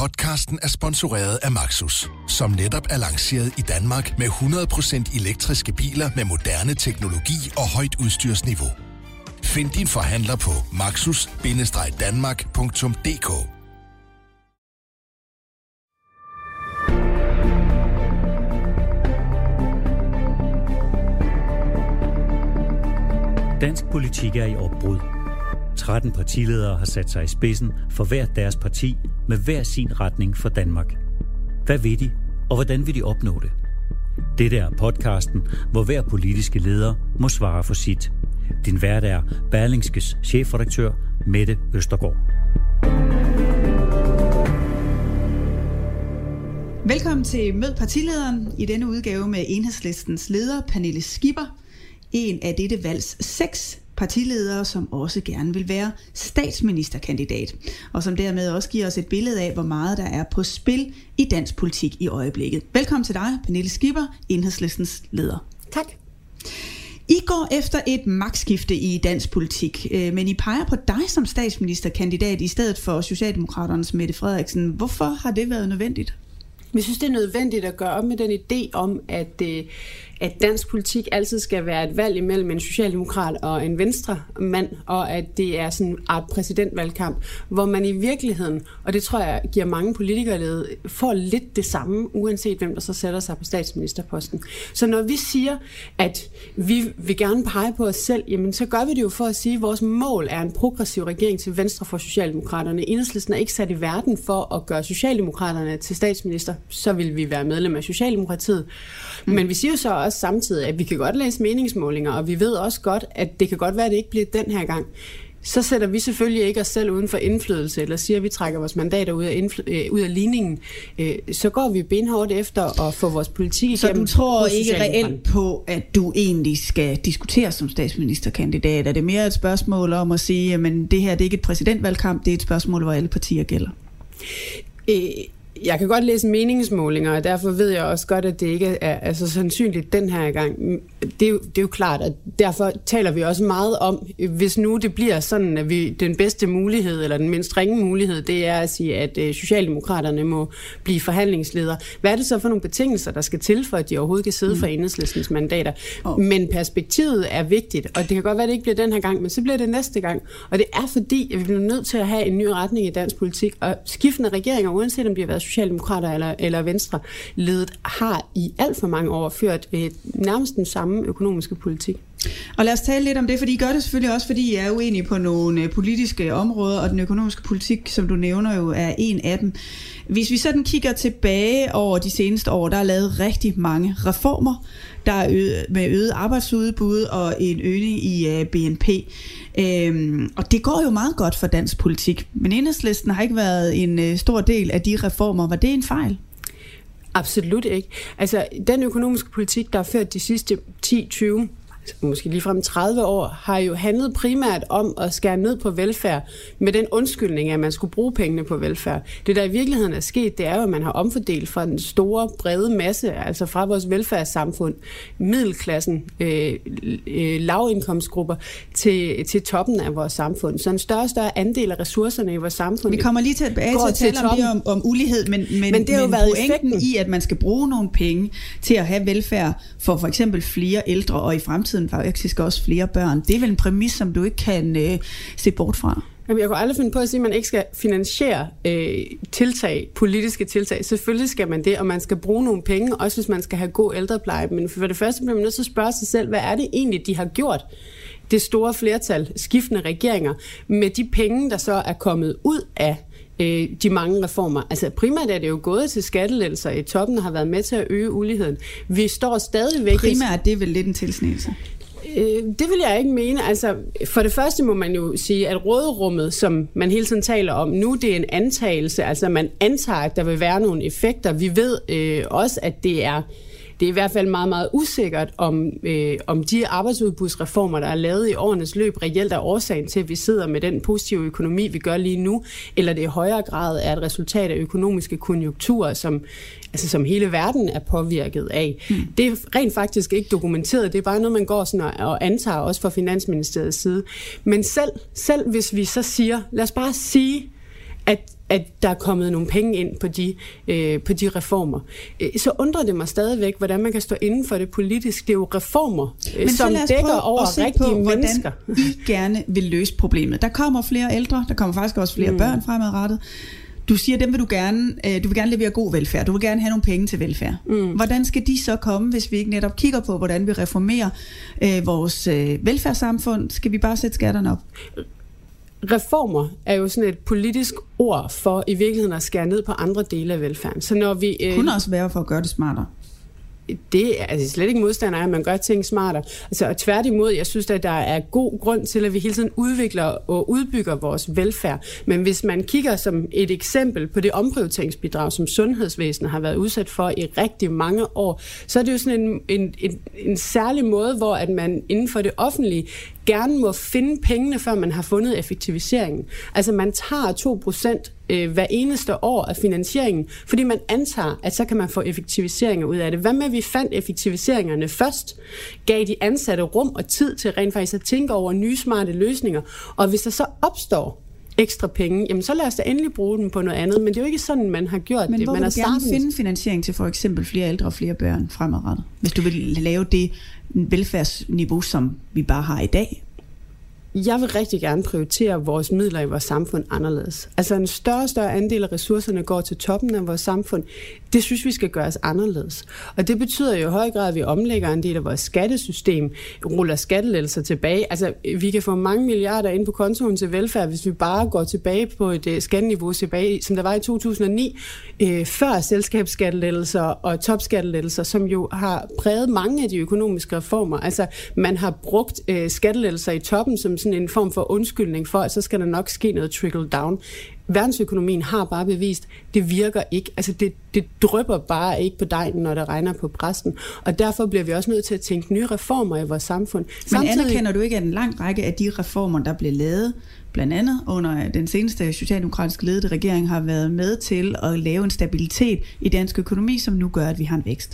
Podcasten er sponsoreret af Maxus, som netop er lanceret i Danmark med 100% elektriske biler med moderne teknologi og højt udstyrsniveau. Find din forhandler på maxus-danmark.dk. Dansk politik er i opbrud. 13 partiledere har sat sig i spidsen for hver deres parti med hver sin retning for Danmark. Hvad vil de, og hvordan vil de opnå det? Dette er podcasten, hvor hver politiske leder må svare for sit. Din vært er Berlingskes chefredaktør Mette Østergaard. Velkommen til Mød Partilederen i denne udgave med Enhedslistens leder Pernille Skipper, en af dette valgs 6 partiledere, som også gerne vil være statsministerkandidat, og som dermed også giver os et billede af, hvor meget der er på spil i dansk politik i øjeblikket. Velkommen til dig, Pernille Skipper, Enhedslistens leder. Tak. I går efter et magtskifte i dansk politik, men I peger på dig som statsministerkandidat i stedet for Socialdemokraternes Mette Frederiksen. Hvorfor har det været nødvendigt? Vi synes, det er nødvendigt at gøre op med den idé om, at dansk politik altid skal være et valg imellem en socialdemokrat og en venstremand, og at det er sådan et præsidentvalgkamp, hvor man i virkeligheden, og det tror jeg giver mange politikere, får lidt det samme, uanset hvem der så sætter sig på statsministerposten. Så når vi siger, at vi vil gerne pege på os selv, jamen så gør vi det jo for at sige, at vores mål er en progressiv regering til venstre for Socialdemokraterne. Enhedslisten er ikke sat i verden for at gøre Socialdemokraterne til statsminister, så vil vi være medlem af Socialdemokratiet. Men vi siger jo så også samtidig, at vi kan godt læse meningsmålinger, og vi ved også godt, at det kan godt være, at det ikke bliver den her gang. Så sætter vi selvfølgelig ikke os selv uden for indflydelse, eller siger, at vi trækker vores mandater ud af ligningen. Så går vi benhårdt efter at få vores politik igennem. Så du tror ikke reelt på, at du egentlig skal diskutere som statsministerkandidat? Er det mere et spørgsmål om at sige, at det her det er ikke et præsidentvalgkamp, det er et spørgsmål, hvor alle partier gælder? Jeg kan godt læse meningsmålinger, og derfor ved jeg også godt, at det ikke er så sandsynligt den her gang. Det er jo klart, at derfor taler vi også meget om, hvis nu det bliver sådan, at den bedste mulighed, eller den mindst ringe mulighed, det er at sige, at Socialdemokraterne må blive forhandlingsleder. Hvad er det så for nogle betingelser, der skal til, for at de overhovedet kan sidde for Enhedslistens mandater? Men perspektivet er vigtigt, og det kan godt være, at det ikke bliver den her gang, men så bliver det næste gang. Og det er fordi, at vi bliver nødt til at have en ny retning i dansk politik, og skiftende regeringer, uanset om de har været socialdemokrater eller venstreledet, har i alt for mange år ført nærmest den samme økonomiske politik. Og lad os tale lidt om det, fordi I gør det selvfølgelig også, fordi I er uenige på nogle politiske områder, og den økonomiske politik, som du nævner jo, er en af dem. Hvis vi sådan kigger tilbage over de seneste år, der er lavet rigtig mange reformer, der er med øget arbejdsudbud og en øgning i BNP. Og det går jo meget godt for dansk politik, men Enhedslisten har ikke været en stor del af de reformer. Var det en fejl? Absolut ikke. Altså, den økonomiske politik, der er ført de sidste 10-20 måske ligefrem 30 år, har jo handlet primært om at skære ned på velfærd med den undskyldning, at man skulle bruge pengene på velfærd. Det, der i virkeligheden er sket, det er jo, at man har omfordelt fra den store, brede masse, altså fra vores velfærdssamfund, middelklassen, lavindkomstgrupper, til toppen af vores samfund. Så en større og større andel af ressourcerne i vores samfund. Vi kommer lige tilbage til at tale om ulighed, men det har jo været pointen i, at man skal bruge nogle penge til at have velfærd for eksempel flere ældre, og i fremtiden faktisk også flere børn. Det er vel en præmis, som du ikke kan se bort fra? Jeg kunne aldrig finde på at sige, at man ikke skal finansiere politiske tiltag. Selvfølgelig skal man det, og man skal bruge nogle penge, også hvis man skal have god ældrepleje. Men for det første bliver man nødt til at spørge sig selv, hvad er det egentlig, de har gjort? Det store flertal, skiftende regeringer, med de penge, der så er kommet ud af de mange reformer. Altså primært er det jo gået til skattelettelser i toppen, og har været med til at øge uligheden. Vi står stadigvæk... Primært, det er vel lidt en tilsnigelse? Det vil jeg ikke mene. Altså, for det første må man jo sige, at råderummet, som man hele tiden taler om nu, det er en antagelse. Altså man antager, at der vil være nogle effekter. Vi ved også, at det er i hvert fald meget, meget usikkert, om de arbejdsudbudsreformer, der er lavet i årenes løb, reelt er årsagen til, at vi sidder med den positive økonomi, vi gør lige nu, eller det i højere grad er et resultat af økonomiske konjunkturer, som hele verden er påvirket af. Det er rent faktisk ikke dokumenteret, det er bare noget, man går sådan og antager, også fra Finansministeriets side. Men selv hvis vi så siger, lad os bare sige, at der er kommet nogle penge ind på de reformer. Så undrer det mig stadigvæk, hvordan man kan stå inden for det politisk. Det er jo reformer, som dækker over rigtige mennesker. Hvordan I gerne vil løse problemet. Der kommer flere ældre, der kommer faktisk også flere børn fremadrettet. Du siger, dem vil du vil gerne levere god velfærd. Du vil gerne have nogle penge til velfærd. Hvordan skal de så komme, hvis vi ikke netop kigger på, hvordan vi reformerer vores velfærdssamfund? Skal vi bare sætte skatterne op? Reformer er jo sådan et politisk ord for i virkeligheden at skære ned på andre dele af velfærden. Så når vi kunne også være for at gøre det smartere. Det er altså slet ikke modstander af, at man gør ting smartere. Altså, og tværtimod, jeg synes, at der er god grund til, at vi hele tiden udvikler og udbygger vores velfærd. Men hvis man kigger som et eksempel på det omprioriteringsbidrag, som sundhedsvæsenet har været udsat for i rigtig mange år, så er det jo sådan en særlig måde, hvor at man inden for det offentlige gerne må finde pengene, før man har fundet effektiviseringen. Altså man tager 2% hver eneste år af finansieringen, fordi man antager, at så kan man få effektiviseringer ud af det. Hvad med, at vi fandt effektiviseringerne først, gav de ansatte rum og tid til rent faktisk at tænke over nye smarte løsninger, og hvis der så opstår ekstra penge, jamen så lad os da endelig bruge dem på noget andet, men det er jo ikke sådan, man har gjort men det. Men hvor vil du gerne finde finansiering til for eksempel flere ældre og flere børn fremadrettet, hvis du vil lave det velfærdsniveau, som vi bare har i dag? Jeg vil rigtig gerne prioritere vores midler i vores samfund anderledes. Altså en større andel af ressourcerne går til toppen af vores samfund. Det synes vi skal gøres anderledes. Og det betyder jo i høj grad, at vi omlægger en del af vores skattesystem, ruller skattelettelser tilbage. Altså vi kan få mange milliarder ind på kontoen til velfærd, hvis vi bare går tilbage på et skatteniveau tilbage, som der var i 2009, før selskabsskattelettelser og topskattelettelser, som jo har præget mange af de økonomiske reformer. Altså man har brugt skattelettelser i toppen som sådan en form for undskyldning for, at så skal der nok ske noget trickle down. Verdensøkonomien har bare bevist, det virker ikke. Altså det drypper bare ikke på dejen, når det regner på præsten. Og derfor bliver vi også nødt til at tænke nye reformer i vores samfund. Men anerkender du ikke, at en lang række af de reformer, der blev lavet, blandt andet under den seneste socialdemokratisk ledede regering, har været med til at lave en stabilitet i dansk økonomi, som nu gør, at vi har en vækst?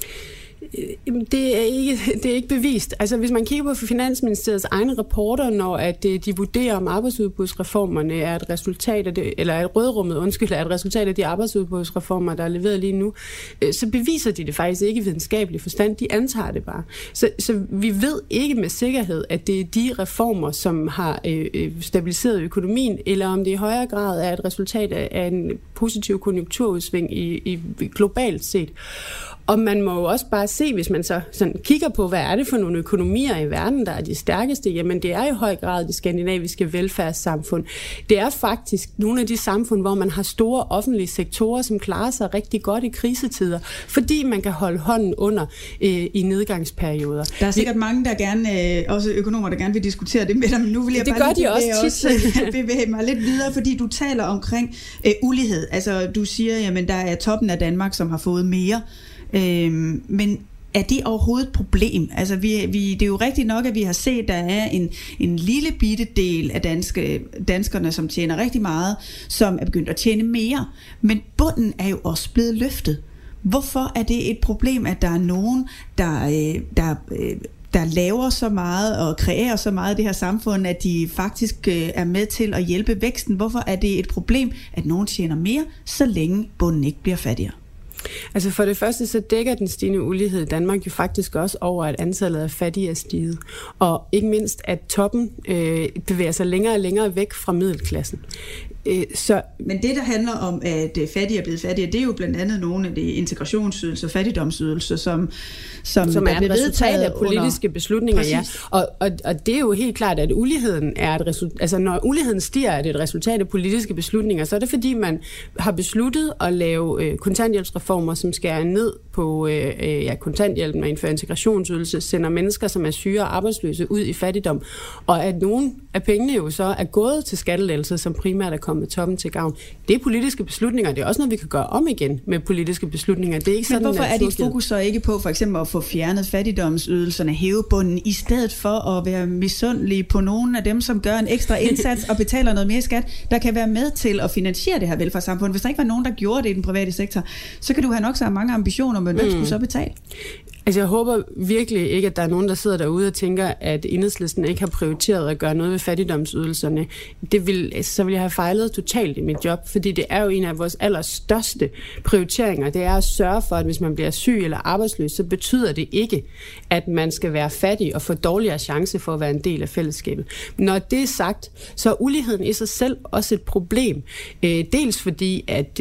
Det er ikke bevist. Altså hvis man kigger på Finansministeriets egne rapporter, når at de vurderer om arbejdsudbudsreformerne er et resultat af det, eller at rødrummet er et resultat af de arbejdsudbudsreformer, der er leveret lige nu, så beviser de det faktisk ikke i videnskabelig forstand. De antager det bare. Så vi ved ikke med sikkerhed, at det er de reformer, som har stabiliseret økonomien, eller om det i højere grad er et resultat af en positiv konjunkturudsving i globalt set. Og man må jo også bare se, hvis man så sådan kigger på, hvad er det for nogle økonomier i verden, der er de stærkeste, jamen det er i høj grad de skandinaviske velfærdssamfund. Det er faktisk nogle af de samfund, hvor man har store offentlige sektorer, som klarer sig rigtig godt i krisetider, fordi man kan holde hånden under i nedgangsperioder. Der er sikkert mange, der gerne, også økonomer, der gerne vil diskutere det med dem. Nu vil jeg det bare bevæge mig lidt videre, fordi du taler omkring ulighed. Altså du siger, jamen der er toppen af Danmark, som har fået mere. Men er det overhovedet et problem? Altså det er jo rigtigt nok, at vi har set, at der er en lille bitte del af danskerne, som tjener rigtig meget, som er begyndt at tjene mere. Men bunden er jo også blevet løftet. Hvorfor er det et problem, at der er nogen, der laver så meget og kreerer så meget i det her samfund, at de faktisk er med til at hjælpe væksten? Hvorfor er det et problem, at nogen tjener mere, så længe bunden ikke bliver fattigere? Altså for det første, så dækker den stigende ulighed i Danmark jo faktisk også over, at antallet af fattige er stiget. Og ikke mindst, at toppen bevæger sig længere og længere væk fra middelklassen. Men det, der handler om, at fattige er blevet fattigere, det er jo blandt andet nogle af de integrationsydelser, fattigdomsydelser, som er et resultat af politiske beslutninger. Ja. Og det er jo helt klart, at uligheden er et resultat. Altså når uligheden stiger, er det et resultat af politiske beslutninger, så er det fordi, man har besluttet at lave kontanthjælpsreformer, som skærer ned på kontanthjælpen og indfører integrationsydelse, sender mennesker, som er syge og arbejdsløse, ud i fattigdom. Og at nogle af pengene jo så er gået til skattelettelser, som primært er kommet toppen til gavn. Det er politiske beslutninger. Det er også noget, vi kan gøre om igen med politiske beslutninger. Det er ikke sådan, men hvorfor er dit fokus så ikke på for eksempel at få fjernet fattigdomsydelserne, hæve bunden, i stedet for at være misundelige på nogle af dem, som gør en ekstra indsats og betaler noget mere skat, der kan være med til at finansiere det her velfærdssamfund? Hvis der ikke var nogen, der gjorde det i den private sektor, så kan du have nok så mange ambitioner, men hvem skulle så betale? Altså jeg håber virkelig ikke, at der er nogen, der sidder derude og tænker, at Enhedslisten ikke har prioriteret at gøre noget ved fattigdomsydelserne. Så vil jeg have fejlet totalt i mit job, fordi det er jo en af vores allerstørste prioriteringer. Det er at sørge for, at hvis man bliver syg eller arbejdsløs, så betyder det ikke, at man skal være fattig og få dårligere chance for at være en del af fællesskabet. Når det er sagt, så er uligheden i sig selv også et problem. Dels fordi, at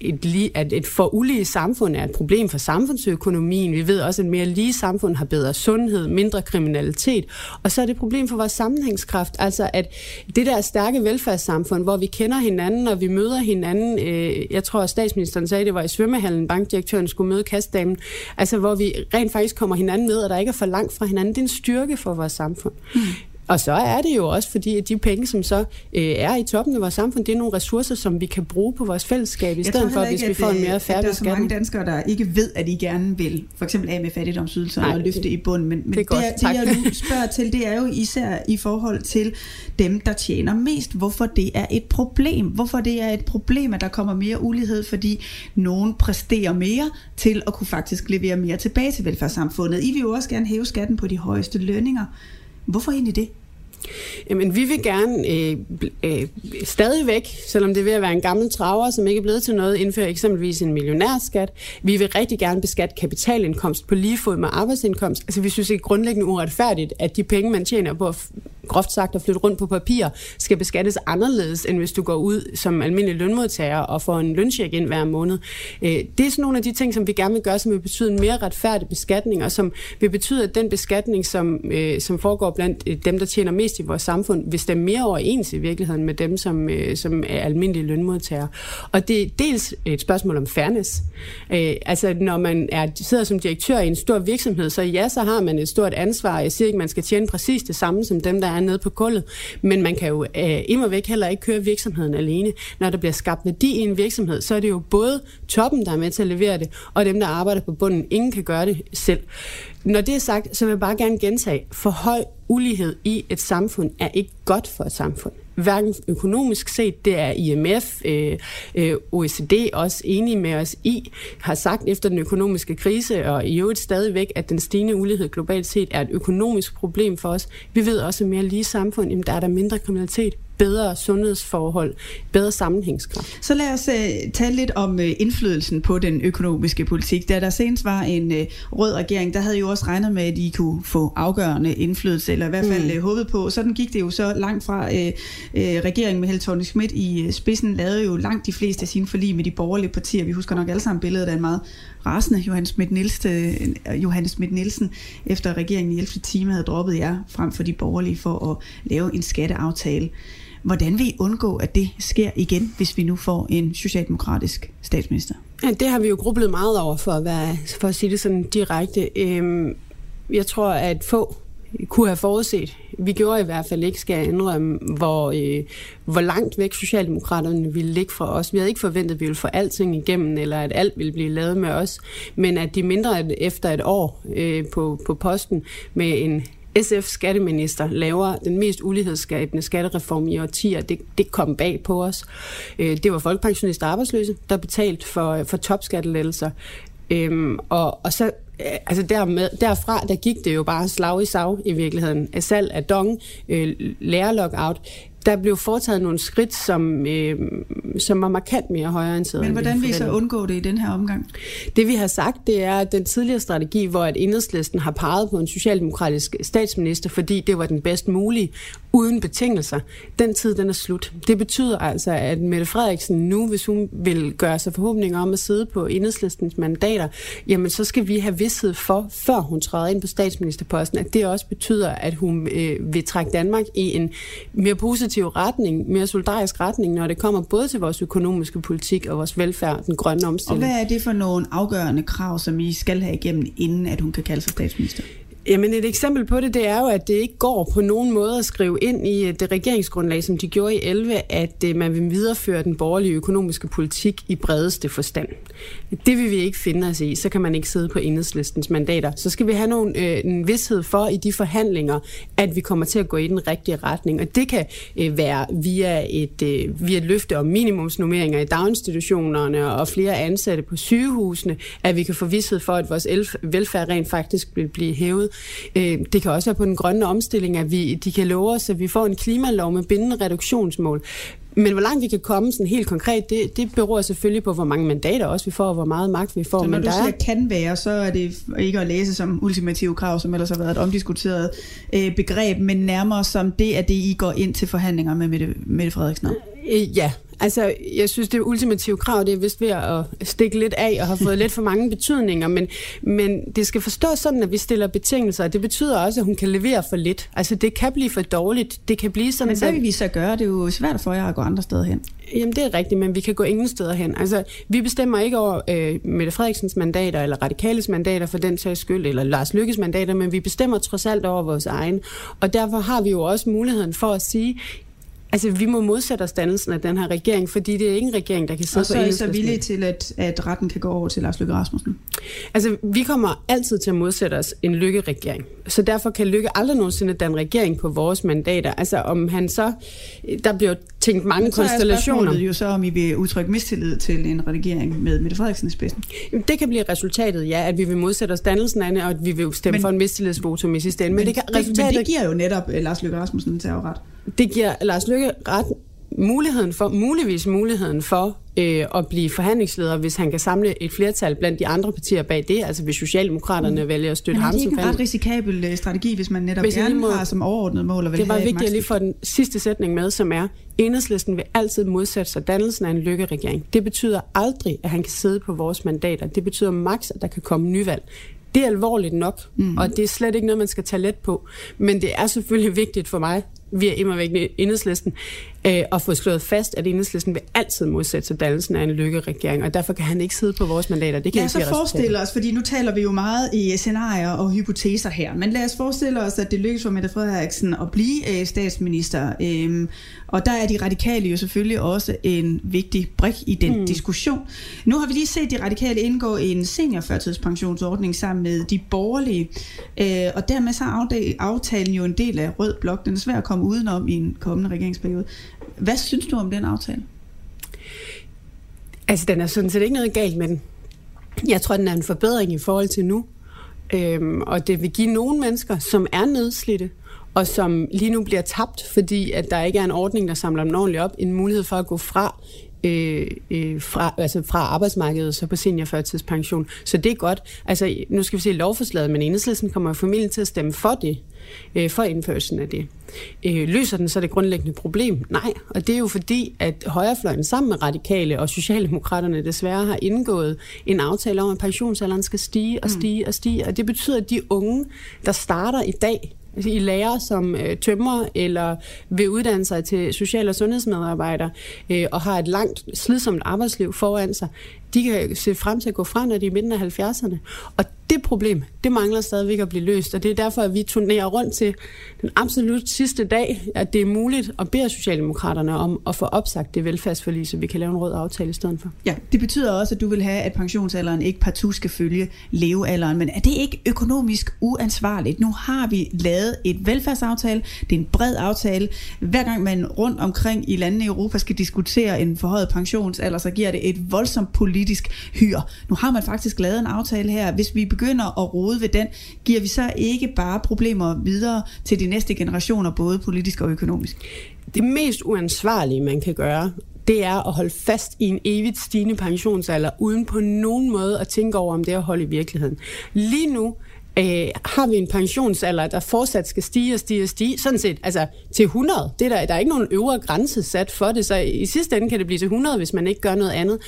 et for ulige samfund er et problem for samfundsøkonomien. Vi ved også, at mere lige samfund har bedre sundhed, mindre kriminalitet, og så er det et problem for vores sammenhængskraft. Altså at det der stærke velfærdssamfund, hvor vi kender hinanden, og vi møder hinanden, jeg tror, at statsministeren sagde, det var i svømmehallen, bankdirektøren skulle møde kassedamen, altså hvor vi rent faktisk kommer hinanden med, og der ikke er for langt fra hinanden, det er en styrke for vores samfund. Og så er det jo også fordi, at de penge, som så er i toppen af vores samfund, det er nogle ressourcer, som vi kan bruge på vores fællesskab, i stedet for, hvis vi får en mere fair beskatning. Der er så mange danskere, der ikke ved, at de gerne vil for eksempel af med fattigdomsydelser og løfte i bunden. Men det jeg nu spørger til, det er jo især i forhold til dem, der tjener mest. Hvorfor det er et problem? Hvorfor det er et problem, at der kommer mere ulighed, fordi nogen præsterer mere til at kunne faktisk levere mere tilbage til velfærdssamfundet. I vil jo også gerne hæve skatten på de højeste lønninger. Hvorfor egentlig det? Jamen, vi vil gerne stadigvæk, selvom det er ved at være en gammel traver, som ikke er blevet til noget, indføre eksempelvis en millionærskat. Vi vil rigtig gerne beskatte kapitalindkomst på lige fod med arbejdsindkomst. Altså, vi synes, det er grundlæggende uretfærdigt, at de penge, man tjener på groft sagt at flytte rundt på papir, skal beskattes anderledes, end hvis du går ud som almindelig lønmodtager og får en løncheck ind hver måned. Det er sådan nogle af de ting, som vi gerne vil gøre, som vil betyde en mere retfærdig beskatning, og som vil betyde, at den beskatning, som foregår blandt dem, der tjener mest i vores samfund, vil stemme mere overens i virkeligheden med dem, som er almindelige lønmodtagere. Og det er dels et spørgsmål om fairness. Altså, når man sidder som direktør i en stor virksomhed, så har man et stort ansvar. Jeg siger ikke, man skal tjene præcis det samme som dem, der er nede på gulvet, men man kan jo immervæk heller ikke køre virksomheden alene. Når der bliver skabt værdi i en virksomhed, så er det jo både toppen, der er med til at levere det, og dem, der arbejder på bunden. Ingen kan gøre det selv. Når det er sagt, så vil jeg bare gerne gentage, for høj ulighed i et samfund er ikke godt for et samfund. Hverken økonomisk set, det er IMF, OECD også enige med os i, har sagt efter den økonomiske krise, og i øvrigt stadigvæk, at den stigende ulighed globalt set er et økonomisk problem for os. Vi ved også, at mere lige samfund, jamen der er der mindre kriminalitet, bedre sundhedsforhold, bedre sammenhængskraft. Så lad os tale lidt om indflydelsen på den økonomiske politik. Da der senest var en rød regering, der havde jo også regnet med, at I kunne få afgørende indflydelse, eller i hvert fald håbet på. Sådan gik det jo så langt fra regeringen med Helle Thorning-Schmidt i spidsen, lavede jo langt de fleste af sine forlig med de borgerlige partier. Vi husker nok alle sammen billedet af en meget rasende Johannes Schmidt-Nielsen, efter regeringen i 11. time havde droppet jer frem for de borgerlige for at lave en skatteaftale. Hvordan vil I undgå, at det sker igen, hvis vi nu får en socialdemokratisk statsminister? Ja, det har vi jo grublet meget over, for at sige det sådan direkte. Jeg tror, at få kunne have forudset. Vi gjorde i hvert fald ikke, skal jeg indrømme, hvor langt væk Socialdemokraterne ville ligge fra os. Vi havde ikke forventet, at vi ville få alting igennem, eller at alt ville blive lavet med os, men at de mindre efter et år på posten med en SF-skatteminister laver den mest ulighedsskabende skattereform i årtier. Det kom bag på os. Det var folkepensionister og arbejdsløse, der betalte for topskattelettelser. Og så altså derfra, der gik det jo bare slag i sag i virkeligheden. Salg af dong, lærerlockout. Der blev foretaget nogle skridt, som var markant mere højreorienteret. Men hvordan vil I så undgå det i den her omgang? Det vi har sagt, det er at den tidligere strategi, hvor at Enhedslisten har peget på en socialdemokratisk statsminister, fordi det var den bedst mulige, uden betingelser. Den tid, den er slut. Det betyder altså, at Mette Frederiksen nu, hvis hun vil gøre sig forhåbninger om at sidde på Enhedslistens mandater, jamen så skal vi have vished for, før hun træder ind på statsministerposten, at det også betyder, at hun vil trække Danmark i en mere positiv retning, mere solidarisk retning, når det kommer både til vores økonomiske politik og vores velfærd, den grønne omstilling. Og hvad er det for nogle afgørende krav, som I skal have igennem, inden at hun kan kalde sig statsminister? Jamen et eksempel på det er jo, at det ikke går på nogen måde at skrive ind i det regeringsgrundlag, som de gjorde i 11, at man vil videreføre den borgerlige økonomiske politik i bredeste forstand. Det vil vi ikke finde os i. Så kan man ikke sidde på Enhedslistens mandater. Så skal vi have en vished for i de forhandlinger, at vi kommer til at gå i den rigtige retning. Og det kan være via et løfte om minimumsnormeringer i daginstitutionerne og flere ansatte på sygehusene, at vi kan få vished for, at vores velfærd rent faktisk vil blive hævet. Det kan også være på den grønne omstilling, at de kan love os, at vi får en klimalov med bindende reduktionsmål. Men hvor langt vi kan komme sådan helt konkret, det beror selvfølgelig på, hvor mange mandater også vi får, og hvor meget magt vi får. Så når du siger kan være, så er det ikke at læse som ultimative krav, som ellers har været et omdiskuteret begreb, men nærmere som det, at det I går ind til forhandlinger med Mette Frederiksen. Ja, altså jeg synes, det ultimative krav, det er vist ved at stikke lidt af og har fået lidt for mange betydninger, men det skal forstås sådan, at vi stiller betingelser, og det betyder også, at hun kan levere for lidt. Altså det kan blive for dårligt, det kan blive sådan... Men hvad vil vi så gøre? Det er jo svært for jer at gå andre steder hen. Jamen det er rigtigt, men vi kan gå ingen steder hen. Altså vi bestemmer ikke over Mette Frederiksens mandater, eller Radikales mandater for den sags skyld, eller Lars Løkkes mandater, men vi bestemmer trods alt over vores egen. Og derfor har vi jo også muligheden for at sige, altså, vi må modsætte os dannelsen af den her regering, fordi det er ikke en regering, der kan sidde på Enhedslisten. Og så er I så villige til, at retten kan gå over til Lars Løkke Rasmussen? Altså, vi kommer altid til at modsætte os en Løkke-regering. Så derfor kan Løkke aldrig nogensinde danne regering på vores mandater. Altså, om han så... Der bliver tænkt mange konstellationer. Så er spørgsmålet jo så, om I vil udtrykke mistillid til en regering med Mette Frederiksen i spidsen. Det kan blive resultatet, ja, at vi vil modsætte os dannelsen af det, og at vi vil stemme for en mistillidsvotum i sidste ende. Men det giver jo netop Lars Løkke Rasmussen til ret. Det giver Lars Løkke muligvis muligheden for at blive forhandlingsleder, hvis han kan samle et flertal blandt de andre partier bag det, altså hvis Socialdemokraterne vælger at støtte ham som forhandler. Det er ikke en ret risikabel strategi, hvis man netop gerne har som overordnet mål at vælge. Det var vigtigt at lige få den sidste sætning med, som er, Enhedslisten vil altid modsætte sig dannelsen af en Løkke-regering. Det betyder aldrig, at han kan sidde på vores mandater. Det betyder maks, at der kan komme nyvalg. Det er alvorligt nok, og det er slet ikke noget, man skal tage let på. Men det er selvfølgelig vigtigt for mig, via immervæk Enhedslisten, at få slået fast, at Enhedslisten vil altid modsætte sig dannelsen af en Løkke-regering, og derfor kan han ikke sidde på vores mandater. Det kan lad os så forestille os, fordi nu taler vi jo meget i scenarier og hypoteser her, men lad os forestille os, at det lykkes for Mette Frederiksen at blive statsminister, og der er de radikale jo selvfølgelig også en vigtig brik i den diskussion. Nu har vi lige set de radikale indgå i en seniorførtidspensionsordning sammen med de borgerlige, og dermed så er aftalen jo en del af rød blok. Den er svær at komme udenom i en kommende regeringsperiode. Hvad synes du om den aftale? Altså, den er sådan set ikke noget galt med den. Jeg tror, den er en forbedring i forhold til nu. Og det vil give nogle mennesker, som er nedslidte, og som lige nu bliver tabt, fordi at der ikke er en ordning, der samler dem ordentligt op, en mulighed for at gå fra arbejdsmarkedet så på seniorførtidspension. Så det er godt. Altså, nu skal vi se lovforslaget, men Enhedslisten kommer familien til at stemme for det, for indførelsen af det. Løser den så det grundlæggende problem? Nej, og det er jo fordi, at højrefløjen sammen med radikale og socialdemokraterne desværre har indgået en aftale om, at pensionsalderen skal stige og stige og stige, og det betyder, at de unge, der starter i dag, i lærer som tømrer eller vil uddanne sig til social- og sundhedsmedarbejder og har et langt slidsomt arbejdsliv foran sig, de kan se frem til at gå frem, når de er i midten af 70'erne. Og det problem, det mangler stadigvæk at blive løst, og det er derfor, at vi turnerer rundt til den absolut sidste dag, at det er muligt at bede Socialdemokraterne om at få opsagt det velfærdsforlig, så vi kan lave en rød aftale i stedet for. Ja, det betyder også, at du vil have, at pensionsalderen ikke partout skal følge levealderen, men er det ikke økonomisk uansvarligt? Nu har vi lavet et velfærdsaftale, det er en bred aftale. Hver gang man rundt omkring i landene i Europa skal diskutere en forhøjet pensionsalder, så giver det et voldsomt politisk hyr. Nu har man faktisk lavet en aftale her. Hvis vi begynder at rode ved den, giver vi så ikke bare problemer videre til de næste generationer, både politisk og økonomisk? Det mest uansvarlige, man kan gøre, det er at holde fast i en evigt stigende pensionsalder, uden på nogen måde at tænke over, om det er at holde i virkeligheden. Lige nu har vi en pensionsalder, der fortsat skal stige og stige og stige, sådan set altså til 100. Der er ikke nogen øvre grænse sat for det, så i sidste ende kan det blive til 100, hvis man ikke gør noget andet.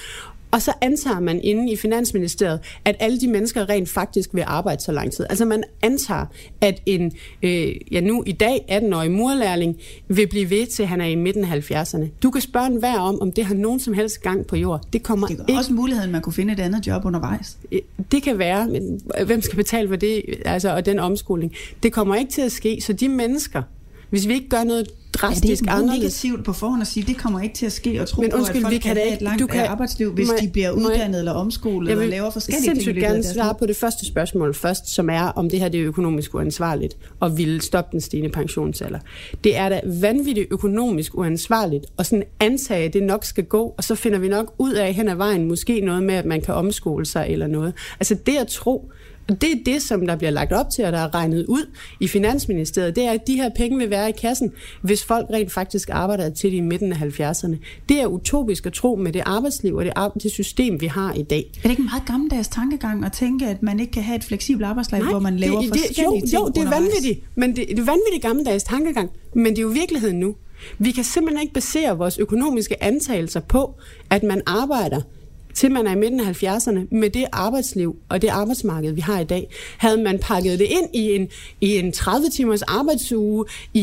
Og så antager man inde i Finansministeriet, at alle de mennesker rent faktisk vil arbejde så lang tid. Altså man antager, at en nu i dag 18-årig murlærling vil blive ved til, han er i midten af 70'erne. Du kan spørge enhver om det har nogen som helst gang på jord. Det kommer ikke. Det er også muligheden, man kunne finde et andet job undervejs. Det kan være, men hvem skal betale for det, altså, og den omskoling? Det kommer ikke til at ske, så de mennesker, hvis vi ikke gør noget drastisk anderledes. Det er negativt på forhånd at sige, det kommer ikke til at ske, og tro men undskyld, på, at folk kan have et langt arbejdsliv, hvis de bliver uddannet eller omskolet eller laver forskellige ting. Jeg vil gerne svare på det første spørgsmål først, som er, om det her det er økonomisk uansvarligt og vil stoppe den stigende pensionsalder. Det er da vanvittigt økonomisk uansvarligt og sådan antage, at det nok skal gå, og så finder vi nok ud af hen ad vejen måske noget med, at man kan omskole sig eller noget. Altså det at tro, og det er det, som der bliver lagt op til, og der er regnet ud i Finansministeriet, det er, at de her penge vil være i kassen, hvis folk rent faktisk arbejder til de i midten af 70'erne. Det er utopisk at tro med det arbejdsliv og det system, vi har i dag. Er det ikke en meget gammeldags tankegang at tænke, at man ikke kan have et fleksibelt arbejdsliv, hvor man laver forskellige ting? Jo, det er vanvittigt, men det er vanvittigt gammeldags tankegang, men det er jo virkeligheden nu. Vi kan simpelthen ikke basere vores økonomiske antagelser på, at man arbejder til man er i midten af 70'erne, med det arbejdsliv og det arbejdsmarked, vi har i dag. Havde man pakket det ind i en 30-timers arbejdsuge,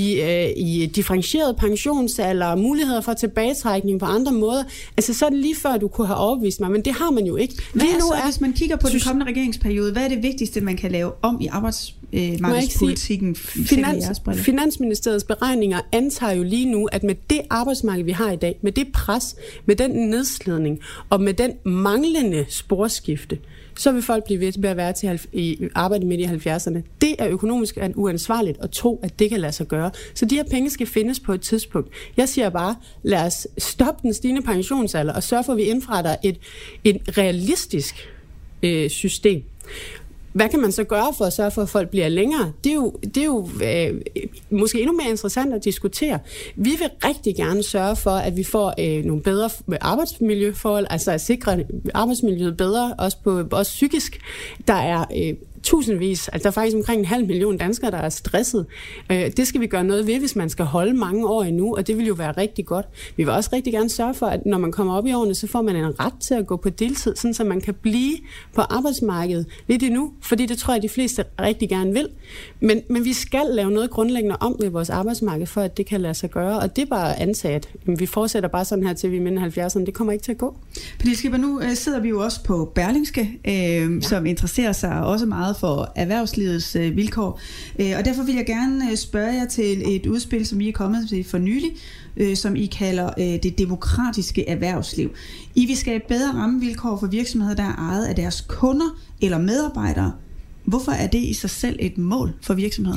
i differentieret pensionsalder, muligheder for tilbagetrækning på andre måder, altså så er det lige før, du kunne have overbevist mig, men det har man jo ikke. Hvis man kigger på den kommende regeringsperiode, hvad er det vigtigste, man kan lave om i arbejdsmarkedspolitikken? Finansministeriets beregninger antager jo lige nu, at med det arbejdsmarked, vi har i dag, med det pres, med den nedslidning og med den manglende sporskifte, så vil folk blive ved med at være til arbejde midt i 70'erne. Det er økonomisk uansvarligt at tro, at det kan lade sig gøre. Så de her penge skal findes på et tidspunkt. Jeg siger bare, lad os stoppe den stigende pensionsalder og sørge for, at vi indretter et realistisk system. Hvad kan man så gøre for at sørge for, at folk bliver længere? Det er jo måske endnu mere interessant at diskutere. Vi vil rigtig gerne sørge for, at vi får nogle bedre arbejdsmiljøforhold, altså at sikre arbejdsmiljøet bedre, også psykisk. Der er tusindvis, altså der er faktisk omkring 500.000 danskere, der er stresset. Det skal vi gøre noget ved, hvis man skal holde mange år endnu, og det vil jo være rigtig godt. Vi vil også rigtig gerne sørge for, at når man kommer op i årene, så får man en ret til at gå på deltid, sådan så man kan blive på arbejdsmarkedet lidt endnu, fordi det tror jeg, de fleste rigtig gerne vil. Men vi skal lave noget grundlæggende om ved vores arbejdsmarked, for at det kan lade sig gøre, og det er bare antaget. Vi fortsætter bare sådan her til vi er midten af 70'erne. Det kommer ikke til at gå. Pernille Skipper, nu sidder vi jo også på Berlingske, som interesserer sig også meget for erhvervslivets vilkår. Og derfor vil jeg gerne spørge jer til et udspil, som I er kommet til for nylig, som I kalder det demokratiske erhvervsliv. I vil skabe bedre rammevilkår for virksomheder, der er ejet af deres kunder eller medarbejdere. Hvorfor er det i sig selv et mål for virksomheder?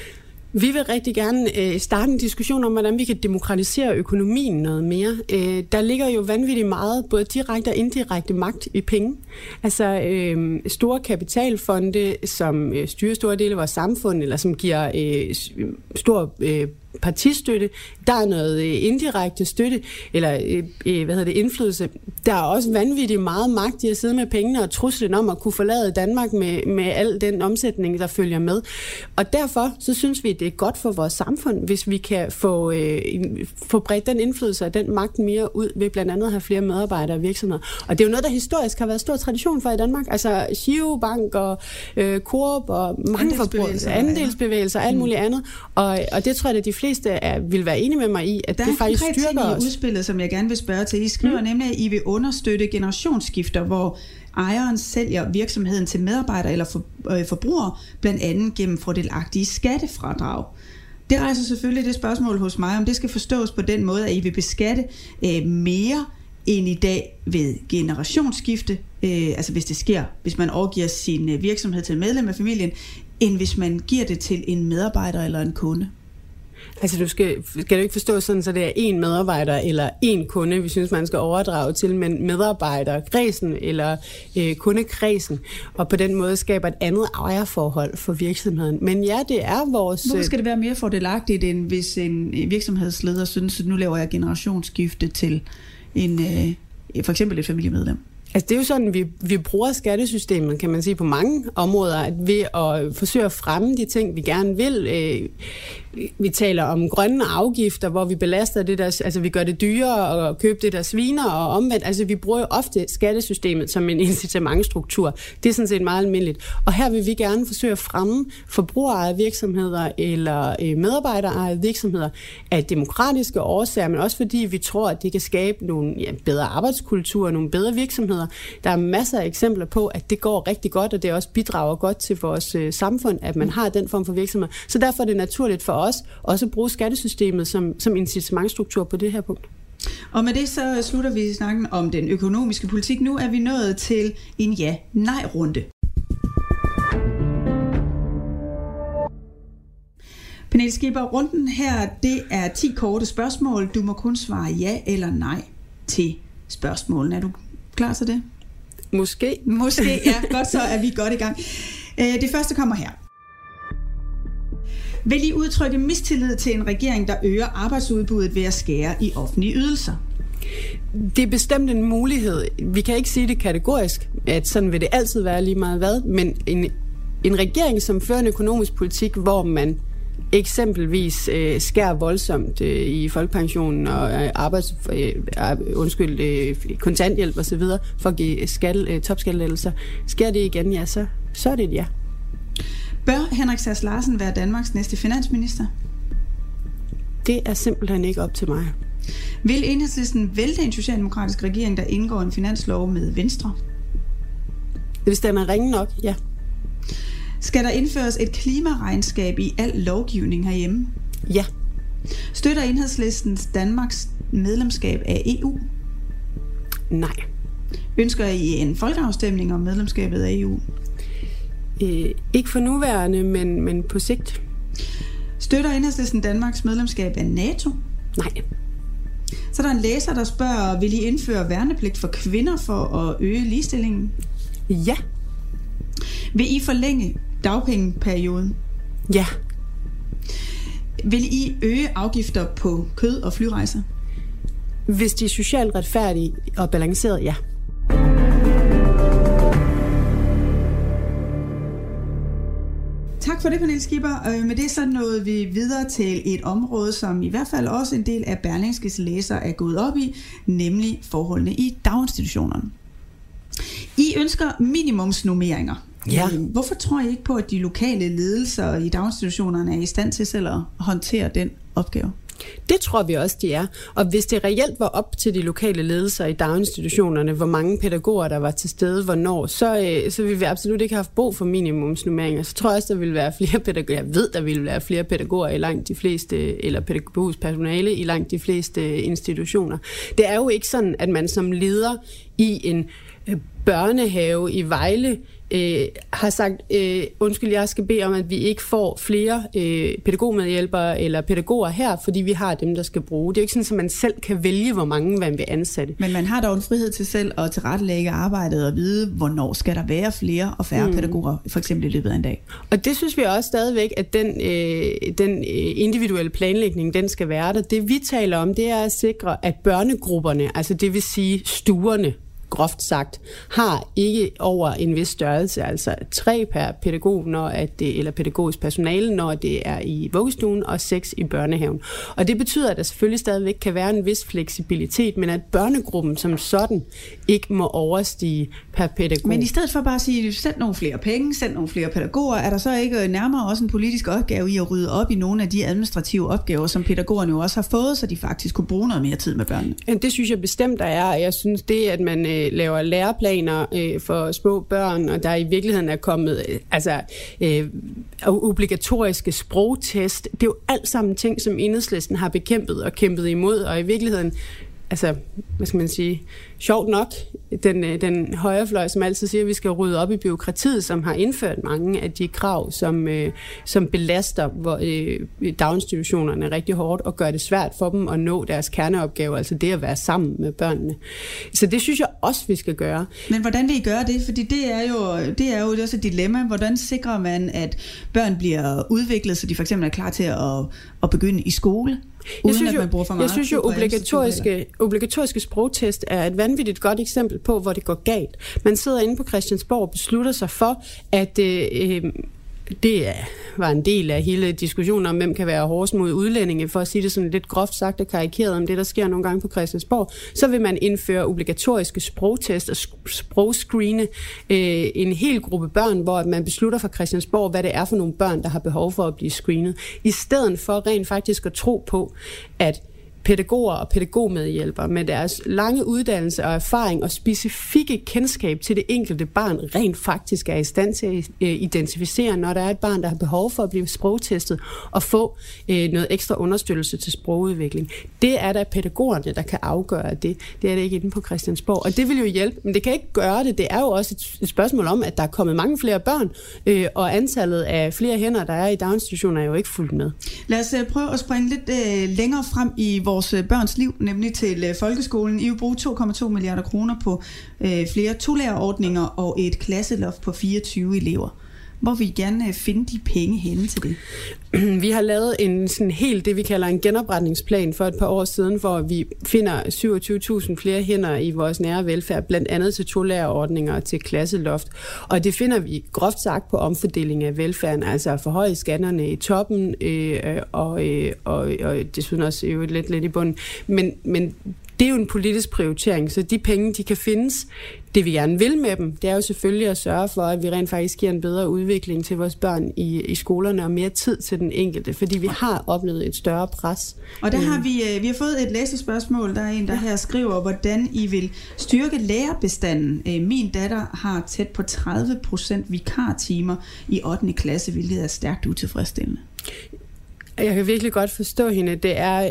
Vi vil rigtig gerne starte en diskussion om, hvordan vi kan demokratisere økonomien noget mere. Der ligger jo vanvittigt meget, både direkte og indirekte magt i penge. Altså store kapitalfonde, som styrer store dele af vores samfund, eller som giver stor partistøtte. Der er noget indirekte støtte, eller indflydelse. Der er også vanvittigt meget magt i at sidde med pengene og truslen om at kunne forlade Danmark med al den omsætning, der følger med. Og derfor så synes vi, det er godt for vores samfund, hvis vi kan få bredt den indflydelse og den magt mere ud ved blandt andet at have flere medarbejdere og virksomheder. Og det er jo noget, der historisk har været stor tradition for i Danmark. Altså Giro Bank og Coop og mange andelsbevægelser og alt muligt andet. Og det tror jeg, at de fleste vil være enige med mig i, at det faktisk styrker os. Der er i udspillet, som jeg gerne vil spørge til. I skriver nemlig, at I vil understøtte generationsskifter, hvor ejeren sælger virksomheden til medarbejdere eller forbrugere, blandt andet gennem fordelagtige skattefradrag. Det rejser selvfølgelig det spørgsmål hos mig, om det skal forstås på den måde, at I vil beskatte mere end i dag ved generationsskifte, altså hvis det sker, hvis man overgiver sin virksomhed til et medlem af familien, end hvis man giver det til en medarbejder eller en kunde. Altså du skal du ikke forstå sådan, så det er én medarbejder eller én kunde, vi synes, man skal overdrage til, men medarbejderkredsen eller kundekredsen, og på den måde skaber et andet ejerforhold for virksomheden. Men ja, det er vores... Hvorfor skal det være mere fordelagtigt, end hvis en virksomhedsleder synes, at nu laver jeg generationsskifte til for eksempel et familiemedlem? Altså det er jo sådan, vi bruger skattesystemet, kan man sige, på mange områder, at ved at forsøge at fremme de ting, vi gerne vil. Vi taler om grønne afgifter, hvor vi belaster det der, altså vi gør det dyrere at købe det der sviner, og omvendt, altså vi bruger jo ofte skattesystemet som en incitamentstruktur. Det er sådan set meget almindeligt. Og her vil vi gerne forsøge at fremme forbrugerejede virksomheder eller medarbejderejede virksomheder af demokratiske årsager, men også fordi vi tror, at det kan skabe nogle bedre arbejdskultur, nogle bedre virksomheder. Der er masser af eksempler på, at det går rigtig godt, og det også bidrager godt til vores samfund, at man har den form for virksomhed. Så derfor er det naturligt for os også at bruge skattesystemet som incitamentstruktur på det her punkt. Og med det så slutter vi snakken om den økonomiske politik. Nu er vi nået til en ja-nej-runde. Pernille Skipper, runden her, det er 10 korte spørgsmål. Du må kun svare ja eller nej til spørgsmålene. Er du klar til det? Måske, ja. Godt, så er vi godt i gang. Det første kommer her. Vil I udtrykke mistillid til en regering, der øger arbejdsudbuddet ved at skære i offentlige ydelser? Det er bestemt en mulighed. Vi kan ikke sige det kategorisk, at sådan vil det altid være lige meget hvad, men en regering, som fører en økonomisk politik, hvor man eksempelvis skærer voldsomt i folkepensionen og kontanthjælp og så videre for at give topskattelettelser. Sker det igen, ja, så er det et ja. Bør Henrik Sass Larsen være Danmarks næste finansminister? Det er simpelthen ikke op til mig. Vil Enhedslisten vælte en socialdemokratisk regering, der indgår en finanslov med Venstre? Hvis den er ringe nok, ja. Skal der indføres et klimaregnskab i al lovgivning herhjemme? Ja. Støtter Enhedslistens Danmarks medlemskab af EU? Nej. Ønsker I en folkeafstemning om medlemskabet af EU? Ikke for nuværende, men på sigt. Støtter Enhedslisten Danmarks medlemskab af NATO? Nej. Så der er en læser, der spørger, vil I indføre værnepligt for kvinder for at øge ligestillingen? Ja. Vil I forlænge dagpengeperioden? Ja. Vil I øge afgifter på kød og flyrejser? Hvis de er socialt retfærdige og balancerede, ja. Tak for det, Pernille Skipper. Med det så nåede vi videre til et område, som i hvert fald også en del af Berlingskes læsere er gået op i, nemlig forholdene i daginstitutionerne. I ønsker minimumsnormeringer. Ja. Hvorfor tror I ikke på, at de lokale ledelser i daginstitutionerne er i stand til selv at håndtere den opgave? Det tror vi også, de er. Og hvis det reelt var op til de lokale ledelser i daginstitutionerne, hvor mange pædagoger der var til stede, hvornår, så ville vi absolut ikke have haft brug for minimumsnormeringer. Så tror jeg også, der ville være flere pædagoger. Jeg ved, der ville være flere pædagoger i langt de fleste, eller pædagogisk personale i langt de fleste institutioner. Det er jo ikke sådan, at man som leder i en børnehave i Vejle har sagt, undskyld, jeg skal bede om, at vi ikke får flere pædagogmedhjælpere eller pædagoger her, fordi vi har dem, der skal bruge. Det er jo ikke sådan, at man selv kan vælge, hvor mange man vil ansætte. Men man har dog en frihed til selv at tilrettelægge arbejdet og vide, hvornår skal der være flere og færre pædagoger, for eksempel i løbet af en dag. Og det synes vi også stadigvæk, at den individuelle planlægning, den skal være der. Det vi taler om, det er at sikre, at børnegrupperne, altså det vil sige stuerne, groft sagt, har ikke over en vis størrelse, altså 3 per pædagog, eller pædagogisk personale, når det er i vuggestuen, og 6 i børnehaven. Og det betyder, at der selvfølgelig stadigvæk kan være en vis fleksibilitet, men at børnegruppen som sådan ikke må overstige per pædagog. Men i stedet for bare at sige, send nogle flere penge, send nogle flere pædagoger, er der så ikke nærmere også en politisk opgave i at rydde op i nogle af de administrative opgaver, som pædagogerne jo også har fået, så de faktisk kunne bruge noget mere tid med børnene? Det synes jeg bestemt, der er, og jeg synes det, at man laver læreplaner for små børn, og der i virkeligheden er kommet obligatoriske sprogtest. Det er jo alt sammen ting, som Enhedslisten har bekæmpet og kæmpet imod, og i virkeligheden, altså, hvad skal man sige, sjovt nok, den højrefløj, som altid siger, at vi skal rydde op i bureaukratiet, som har indført mange af de krav, som belaster daginstitutionerne rigtig hårdt og gør det svært for dem at nå deres kerneopgave, altså det at være sammen med børnene. Så det synes jeg også, vi skal gøre. Men hvordan vil I gøre det? Fordi det er jo også et dilemma. Hvordan sikrer man, at børn bliver udviklet, så de for eksempel er klar til at begynde i skole? Jeg synes jo obligatoriske sprogtest er et vanvittigt godt eksempel på, hvor det går galt. Man sidder inde på Christiansborg og beslutter sig for, at det var en del af hele diskussionen om, hvem kan være hårdest mod udlændinge, for at sige det sådan lidt groft sagt og karikeret om det, der sker nogle gange på Christiansborg. Så vil man indføre obligatoriske sprogtest og sprogscreene en hel gruppe børn, hvor man beslutter fra Christiansborg, hvad det er for nogle børn, der har behov for at blive screenet. I stedet for rent faktisk at tro på, at pædagoger og pædagogmedhjælpere med deres lange uddannelse og erfaring og specifikke kendskab til det enkelte barn rent faktisk er i stand til at identificere, når der er et barn, der har behov for at blive sprogtestet og få noget ekstra understøttelse til sprogudvikling. Det er der pædagogerne, der kan afgøre det. Det er det ikke inde på Christiansborg. Og det vil jo hjælpe, men det kan ikke gøre det. Det er jo også et spørgsmål om, at der er kommet mange flere børn, og antallet af flere hænder, der er i daginstitutioner, er jo ikke fulgt med. Lad os prøve at springe lidt længere frem i vores børns liv, nemlig til folkeskolen. I vil bruge 2,2 milliarder kroner på flere tolærerordninger og et klasseloft på 24 elever. Hvor vil I gerne finde de penge henne til det? Vi har lavet en sådan helt det, vi kalder en genopretningsplan for et par år siden, hvor vi finder 27.000 flere hænder i vores nære velfærd, blandt andet til tolærerordninger og til klasseloft. Og det finder vi groft sagt på omfordeling af velfærden, altså at forhøje skatterne i toppen og desuden også lidt i bunden. Men det er jo en politisk prioritering, så de penge, de kan findes. Det vi gerne vil med dem, det er jo selvfølgelig at sørge for, at vi rent faktisk giver en bedre udvikling til vores børn i skolerne og mere tid til den enkelte, fordi vi har oplevet et større pres. Og der har vi har fået et læsespørgsmål. Der er en, der her skriver, hvordan I vil styrke lærerbestanden. Min datter har tæt på 30% vikartimer i 8. klasse, hvilket er stærkt utilfredsstillende. Jeg kan virkelig godt forstå hende. Det er,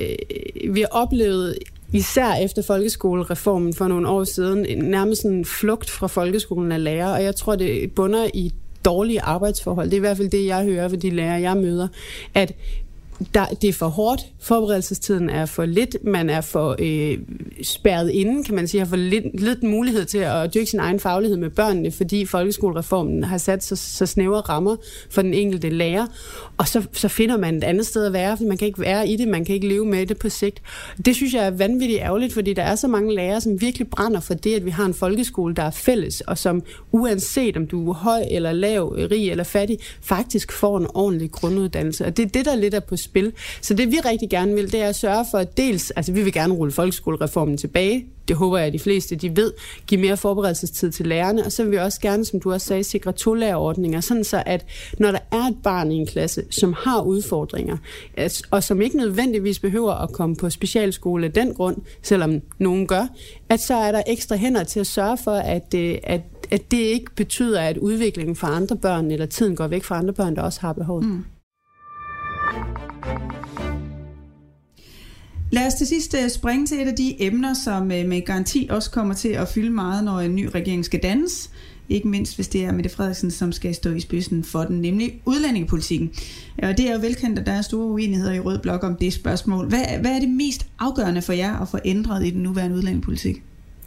vi har oplevet især efter folkeskolereformen for nogle år siden, nærmest en flugt fra folkeskolen af lærere, og jeg tror, det bunder i dårlige arbejdsforhold. Det er i hvert fald det, jeg hører fra de lærere, jeg møder, at det er for hårdt, forberedelsestiden er for lidt, man er for spærret inde, kan man sige, har for lidt mulighed til at dyrke sin egen faglighed med børnene, fordi folkeskolereformen har sat så snævre rammer for den enkelte lærer, og så finder man et andet sted at være, for man kan ikke være i det, man kan ikke leve med det på sigt. Det synes jeg er vanvittigt ærgerligt, fordi der er så mange lærere, som virkelig brænder for det, at vi har en folkeskole, der er fælles, og som uanset om du er høj eller lav, rig eller fattig, faktisk får en ordentlig grunduddannelse, og det er det, der lidt er på spil. Så det vi rigtig gerne vil, det er at sørge for at dels, altså vi vil gerne rulle folkeskolereformen tilbage, det håber jeg, at de fleste de ved, give mere forberedelsestid til lærerne, og så vil vi også gerne, som du også sagde, sikre tolærerordninger, sådan så at når der er et barn i en klasse, som har udfordringer, og som ikke nødvendigvis behøver at komme på specialskole af den grund, selvom nogen gør, at så er der ekstra hænder til at sørge for, at det ikke betyder, at udviklingen for andre børn, eller tiden går væk fra andre børn, der også har behovet. Mm. Lad os til sidst springe til et af de emner, som med garanti også kommer til at fylde meget, når en ny regering skal dannes. Ikke mindst, hvis det er Mette Frederiksen, som skal stå i spidsen for den, nemlig udlændingepolitikken. Og det er jo velkendt, at der er store uenigheder i Rød Blok om det spørgsmål. Hvad er det mest afgørende for jer at få ændret i den nuværende udlændingepolitik?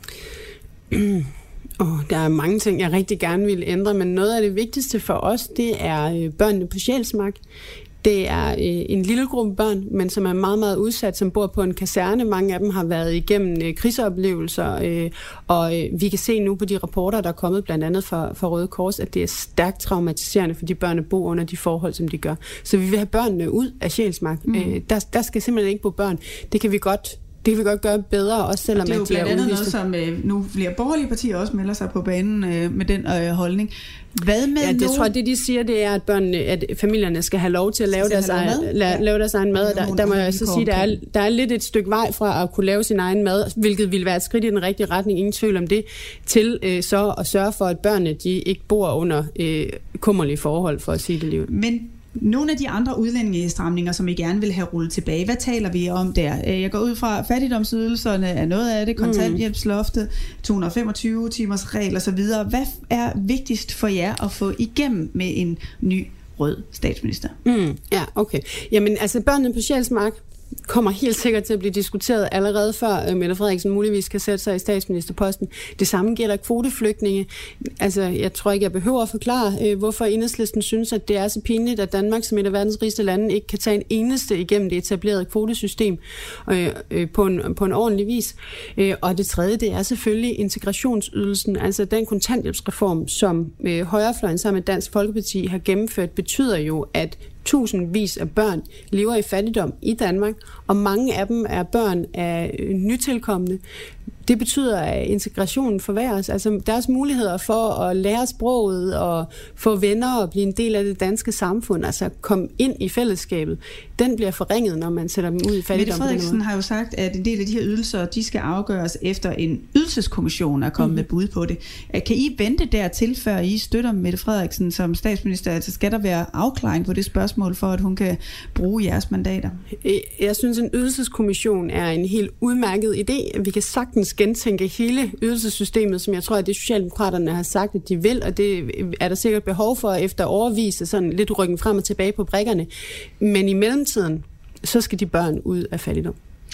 Der er mange ting, jeg rigtig gerne vil ændre, men noget af det vigtigste for os, det er børnene på Sjælsmark. Det er en lille gruppe børn, men som er meget, meget udsat, som bor på en kaserne. Mange af dem har været igennem krigsoplevelser, og vi kan se nu på de rapporter, der er kommet blandt andet fra Røde Kors, at det er stærkt traumatiserende for de børn at bo under de forhold, som de gør. Så vi vil have børnene ud af Sjælsmark. Der skal simpelthen ikke bo børn. Det kan vi godt gøre bedre, også selvom det er jo blandt andet noget, som nu flere borgerlige partier også melder sig på banen med den holdning. Hvad med det tror jeg, det de siger, det er, at familierne skal have lov til at lave deres egen mad. Der må jeg så sige, der er lidt et stykke vej fra at kunne lave sin egen mad, hvilket ville være et skridt i den rigtige retning, ingen tvivl om det, til så at sørge for, at børnene de ikke bor under kummerlige forhold, for at sige det livet. Men nogle af de andre udlændingestramninger, som I gerne vil have rullet tilbage, hvad taler vi om der? Jeg går ud fra fattigdomsydelserne, er noget af det, kontanthjælpsloftet, 225 timers regel osv. Hvad er vigtigst for jer at få igennem med en ny rød statsminister? Ja, okay. Jamen, altså børnene på Sjælsmark, kommer helt sikkert til at blive diskuteret allerede før Mette Frederiksen muligvis kan sætte sig i statsministerposten. Det samme gælder kvoteflygtninge. Altså, jeg tror ikke, jeg behøver at forklare, hvorfor Enhedslisten synes, at det er så pinligt, at Danmark som et af verdens rigeste lande ikke kan tage en eneste igennem det etablerede kvotesystem på en ordentlig vis. Og det tredje, det er selvfølgelig integrationsydelsen, altså den kontanthjælpsreform, som højrefløjen sammen med Dansk Folkeparti har gennemført, betyder jo, at tusindvis af børn lever i fattigdom i Danmark, og mange af dem er børn af nytilkommende. Det betyder, at integrationen forværres. Altså deres muligheder for at lære sproget og få venner og blive en del af det danske samfund, altså komme ind i fællesskabet, den bliver forringet, når man sætter dem ud i fattigdom. Mette Frederiksen har jo sagt, at en del af de her ydelser, de skal afgøres efter en ydelseskommission er kommet med bud på det. Kan I vente dertil, før I støtter Mette Frederiksen som statsminister? Altså skal der være afklaring på det spørgsmål, for at hun kan bruge jeres mandater? Jeg synes, en ydelseskommission er en helt udmærket idé. Vi kan sagtens gentænke hele ydelsessystemet, som jeg tror, at det Socialdemokraterne har sagt, at de vil, og det er der sikkert behov for efter overvise sådan lidt rykken frem og tilbage på brikkerne. Men i mellemtiden, så skal de børn ud af fattigdom.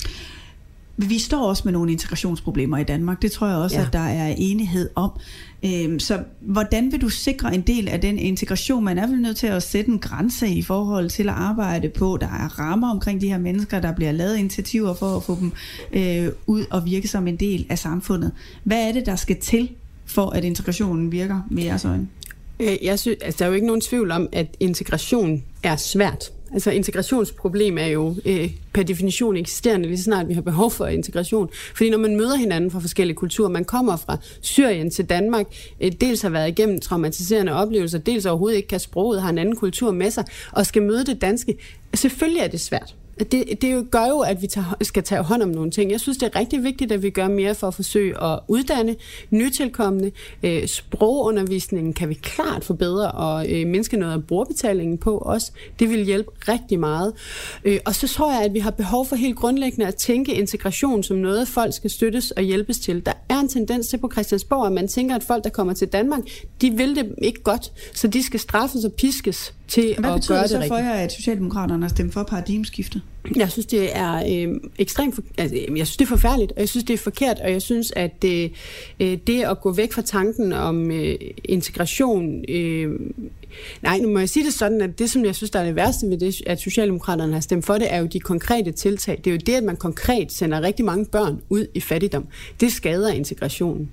Vi står også med nogle integrationsproblemer i Danmark. Det tror jeg også, at der er enighed om. Så hvordan vil du sikre en del af den integration? Man er vel nødt til at sætte en grænse i forhold til at arbejde på. Der er rammer omkring de her mennesker, der bliver lavet initiativer for at få dem ud og virke som en del af samfundet. Hvad er det, der skal til, for at integrationen virker med jeres øjne? Jeg synes, altså, der er jo ikke nogen tvivl om, at integration er svært. Altså integrationsproblem er jo per definition eksisterende, lige så snart vi har behov for integration. Fordi når man møder hinanden fra forskellige kulturer, man kommer fra Syrien til Danmark, dels har været igennem traumatiserende oplevelser, dels overhovedet ikke kan sproget, har en anden kultur med sig, og skal møde det danske. Selvfølgelig er det svært. Det gør jo, at vi skal tage hånd om nogle ting. Jeg synes, det er rigtig vigtigt, at vi gør mere for at forsøge at uddanne nytilkommende. Sprogundervisningen kan vi klart forbedre og mindske noget af brugerbetalingen på os. Det vil hjælpe rigtig meget. Og så tror jeg, at vi har behov for helt grundlæggende at tænke integration som noget, folk skal støttes og hjælpes til. Der er en tendens til på Christiansborg, at man tænker, at folk, der kommer til Danmark, de vil det ikke godt, så de skal straffes og piskes til at gøre det rigtigt. Hvad betyder det så for jer, at Socialdemokraterne har stemt for paradigmeskiftet? Jeg synes, det er ekstremt... Altså, jeg synes, det er forfærdeligt, og jeg synes, det er forkert, og jeg synes, at det at gå væk fra tanken om integration... Nej, nu må jeg sige det sådan, at det, som jeg synes, der er det værste ved det, at Socialdemokraterne har stemt for det, er jo de konkrete tiltag. Det er jo det, at man konkret sender rigtig mange børn ud i fattigdom. Det skader integrationen.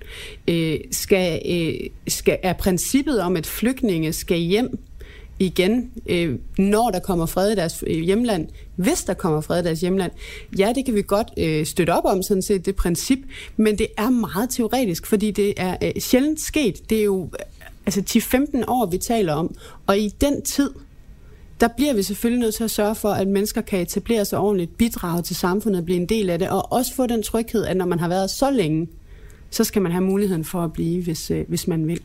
Er princippet om, at flygtninge skal hjem igen, når der kommer fred i deres hjemland, hvis der kommer fred i deres hjemland, ja, det kan vi godt støtte op om, sådan set, det princip, men det er meget teoretisk, fordi det er sjældent sket. Det er jo altså 10-15 år, vi taler om, og i den tid, der bliver vi selvfølgelig nødt til at sørge for, at mennesker kan etablere sig ordentligt, bidrage til samfundet og blive en del af det, og også få den tryghed, at når man har været så længe, så skal man have muligheden for at blive, hvis man vil.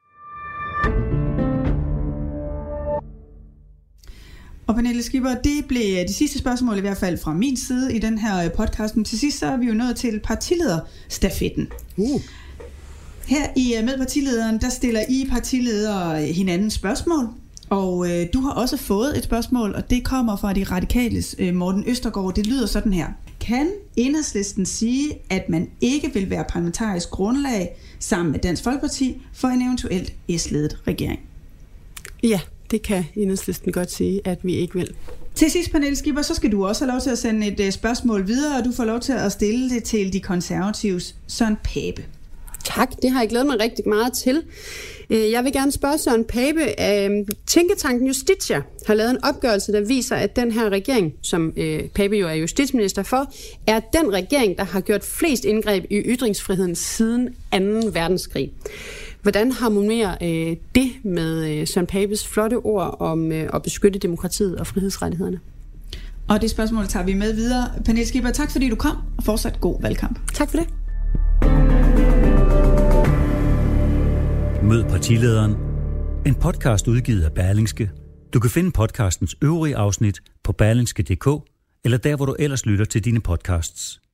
Og Pernille Skipper, det blev de sidste spørgsmål i hvert fald fra min side i den her podcast. Men til sidst så er vi jo nået til partilederstafetten. Her i Med partilederen, der stiller I partiledere hinanden spørgsmål. Og du har også fået et spørgsmål, og det kommer fra de radikales Morten Østergaard. Det lyder sådan her. Kan Enhedslisten sige, at man ikke vil være parlamentarisk grundlag sammen med Dansk Folkeparti for en eventuelt S-ledet regering? Ja. Det kan Enhedslisten godt sige, at vi ikke vil. Til sidst, Pernille Skipper, så skal du også have lov til at sende et spørgsmål videre, og du får lov til at stille det til de konservatives Søren Pape. Tak, det har jeg glædet mig rigtig meget til. Jeg vil gerne spørge Søren Pape. Tænketanken Justitia har lavet en opgørelse, der viser, at den her regering, som Pape jo er justitsminister for, er den regering, der har gjort flest indgreb i ytringsfriheden siden 2. verdenskrig. Hvordan harmonerer det med Søren Papes flotte ord om at beskytte demokratiet og frihedsrettighederne? Og det spørgsmål tager vi med videre. Pernille Skipper, tak fordi du kom, og fortsat god valgkamp. Tak for det. Mød partilederen. En podcast udgivet af Berlingske. Du kan finde podcastens øvrige afsnit på berlingske.dk eller der, hvor du ellers lytter til dine podcasts.